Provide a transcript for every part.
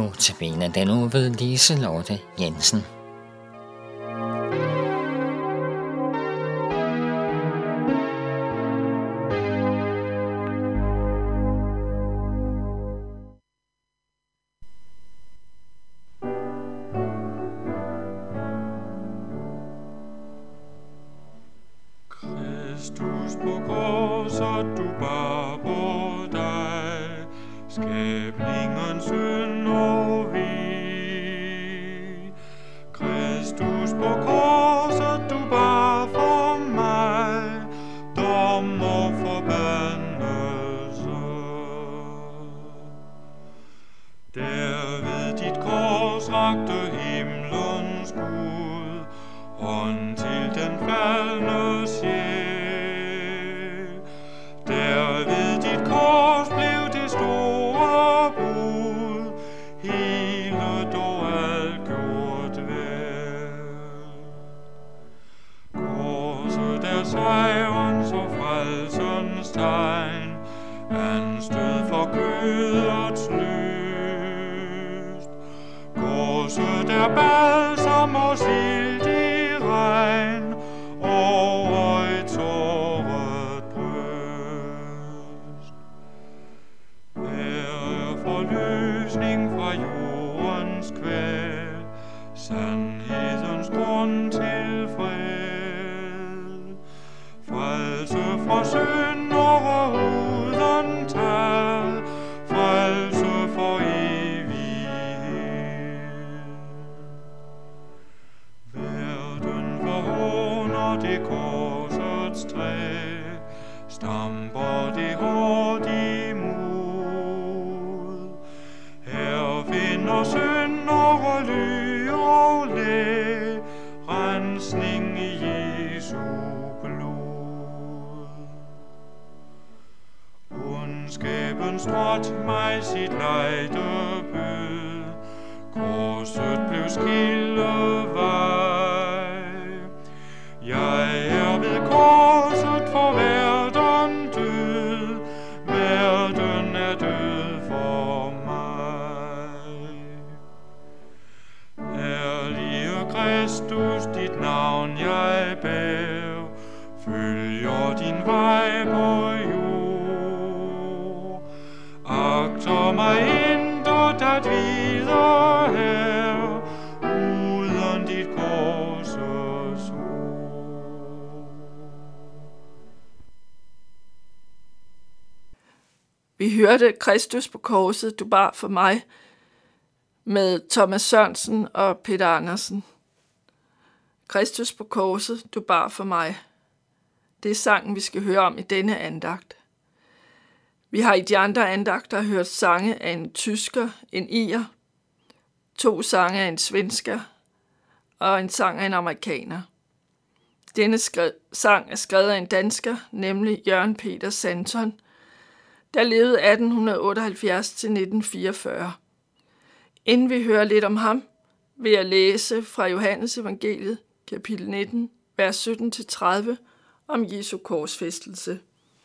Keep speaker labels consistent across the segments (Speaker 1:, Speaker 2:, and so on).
Speaker 1: Notabene den uge ved Lise-Lotte Jensen.
Speaker 2: Kristus på korset, du bar på dig skabningens synd og vi. Kristus på korset, du bar for mig dom og forbandelse. Der ved dit kors rakte himlens Gud hånd til den faldne sjæl. Der ved dit kors blev det store bud, hele dog alt gjort vel. Korset er sejrens og frelsens tegn, anstød for kødets lyst. Korset er balsam og sild i regn over et såret bryst. Her er forløsning fra jordens kvæl, sandhedens grund til fred. Frelse fra synd og uden tal, frelse for det korsets træ, stamper det hårdt imod. Her finder synder og ly og læ, rensning i Jesu blod. Ondskabens drot mig sit lejde bød, korset blev skillevej. Jeg er ved korset for verden død, verden er død for mig. Herlige Kristus, dit navn jeg bær, følger din vej på jord. Agter mig intet at videre her, uden dit korses ord.
Speaker 3: Vi hørte Kristus på korset, du bar for mig, med Thomas Sørensen og Peter Andersen. Kristus på korset, du bar for mig. Det er sangen, vi skal høre om i denne andagt. Vi har i de andre andagter hørt sange af en tysker, en irer, 2 sange af en svensker og en sang af en amerikaner. Denne sang er skrevet af en dansker, nemlig Jørgen Peter Santon, der levede 1878 til 1944. Inden vi hører lidt om ham, vil jeg læse fra Johannes evangeliet, kapitel 19, vers 17-30, om Jesu korsfæstelse.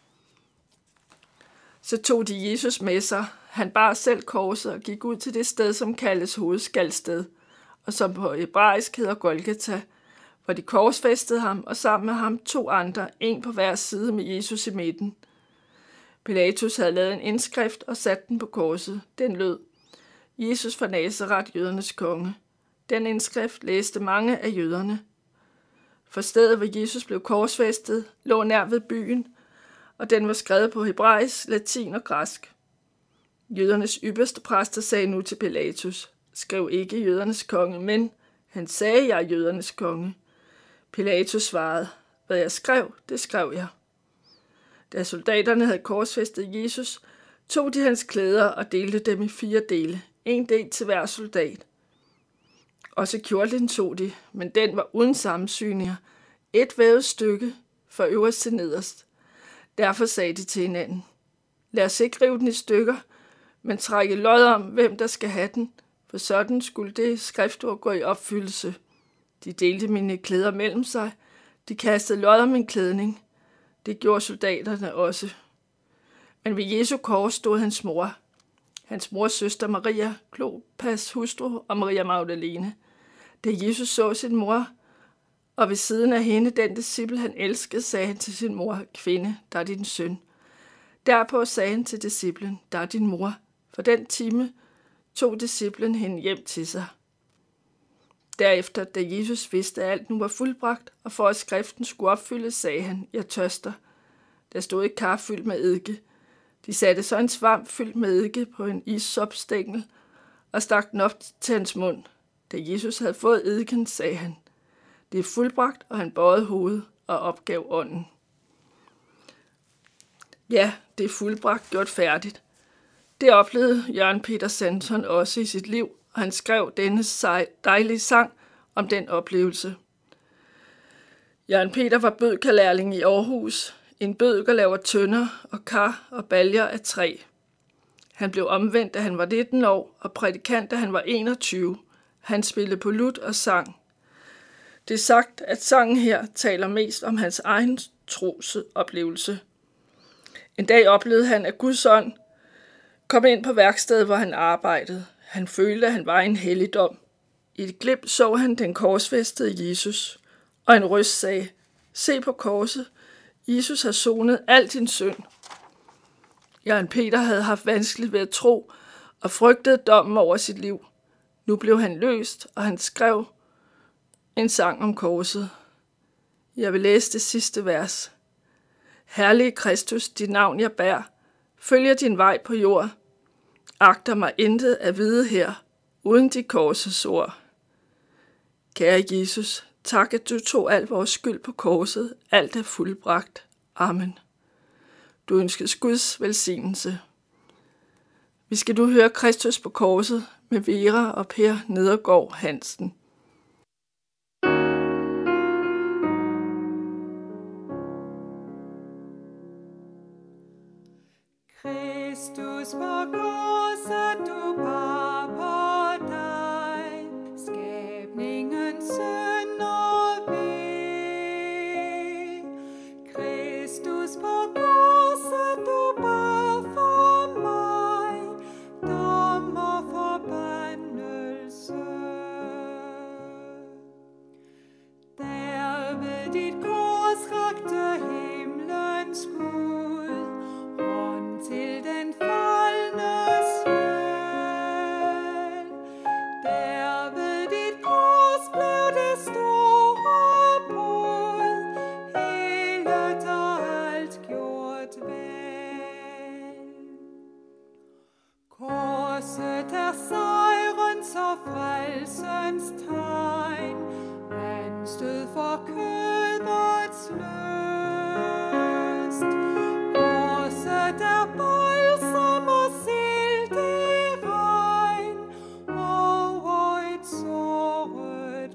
Speaker 3: Så tog de Jesus med sig. Han bar selv korset og gik ud til det sted, som kaldes hovedskaldsted, og som på hebraisk hedder Golgata, hvor de korsfæstede ham, og sammen med ham 2 andre, en på hver side med Jesus i midten. Pilatus havde lavet en indskrift og sat den på korset. Den lød: Jesus fra Nazaret, jødernes konge. Den indskrift læste mange af jøderne. For stedet, hvor Jesus blev korsfæstet, lå nær ved byen, og den var skrevet på hebraisk, latin og græsk. Jødernes ypperste præster sagde nu til Pilatus: skriv ikke jødernes konge, men han sagde, jeg er jødernes konge. Pilatus svarede: hvad jeg skrev, det skrev jeg. Da soldaterne havde korsfæstet Jesus, tog de hans klæder og delte dem i 4 dele, 1 del til hver soldat. Også kjortlen tog de, men den var uden sammensyninger, et vævet stykke fra øverst til nederst. Derfor sagde de til hinanden: lad os ikke rive den i stykker, men trække lod om, hvem der skal have den, for sådan skulle det skriftord gå i opfyldelse. De delte mine klæder mellem sig, de kastede lod om min klædning. Det gjorde soldaterne også. Men ved Jesu kors stod hans mor. hans mors søster Maria, Klopas hustru og Maria Magdalene. Da Jesus så sin mor, og ved siden af hende den disciple, han elskede, sagde han til sin mor, kvinde, der er din søn. Derpå sagde han til disciplen, der er din mor. For den time tog disciplen hende hjem til sig. Derefter, da Jesus vidste, at alt nu var fuldbragt, og for at skriften skulle opfyldes, sagde han, jeg tørster. Der stod et kar fyldt med eddike. De satte så en svamp fyldt med eddike på en issopstængel og stak den op til hans mund. Da Jesus havde fået eddiken, sagde han, det er fuldbragt, og han bøjede hovedet og opgav ånden. Ja, det er fuldbragt, gjort færdigt. Det oplevede Jørgen Peter Sanson også i sit liv, og han skrev denne dejlige sang om den oplevelse. Jørgen Peter var bødkerlærling i Aarhus. En bødker laver tønder og kar og baljer af træ. Han blev omvendt, da han var 19 år, og prædikant, da han var 21. Han spillede på lut og sang. Det er sagt, at sangen her taler mest om hans egen trosoplevelse. En dag oplevede han, at Guds ånd kom ind på værkstedet, hvor han arbejdede. Han følte, at han var i en helligdom. I et glimt så han den korsfæstede Jesus, og en røst sagde, se på korset, Jesus har sonet al din synd. Jørgen Peter havde haft vanskeligt ved at tro og frygtede dommen over sit liv. Nu blev han løst, og han skrev en sang om korset. Jeg vil læse det sidste vers. Herlige Kristus, dit navn jeg bær, følger din vej på jord. Agter mig intet at vide her, uden dit korses ord. Kære Jesus, tak at du tog al vores skyld på korset, alt er fuldbragt. Amen. Du ønskes Guds velsignelse. Vi skal nu høre Kristus på korset med Vera og Per Nedergaard Hansen.
Speaker 4: Kristus på korset, du bar på dig, skabningens synd og ve. Kristus på korset, du bar for mig, dom og forbandelse. Der ved dit kors rakte himlens Gud, til den faldne sjæl. Der ved dit kors blev det store brud, helet og alt gjort vel. Korset er sejrens og frelsens tegn, anstød for kødets lyst. Korset er balsam og silt i regn over et såret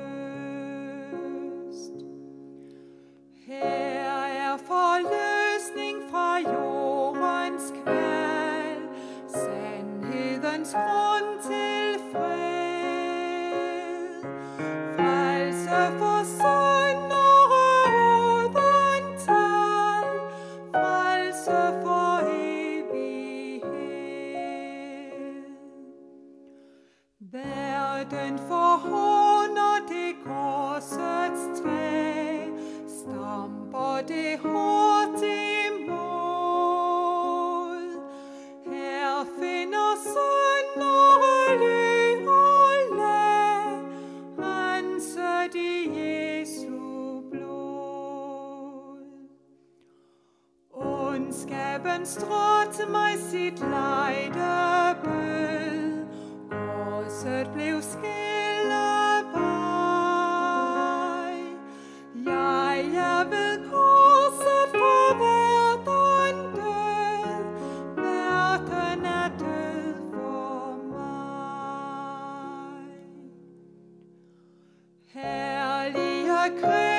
Speaker 4: bryst. Her er forløsning fra jordens kval, sandhedens grund til fred. Frelse for syndere uden tal, frelse for evighed. Verden forhåner det korsets træ, stamper det hårdt imod. Her finder syndere ly og lag, renset i Jesu blod. Ondskaben stråt mig sit lejde bød, korset blev skillevej. Jeg er ved korset for verden død, verden er død for mig. Herlige Kristus,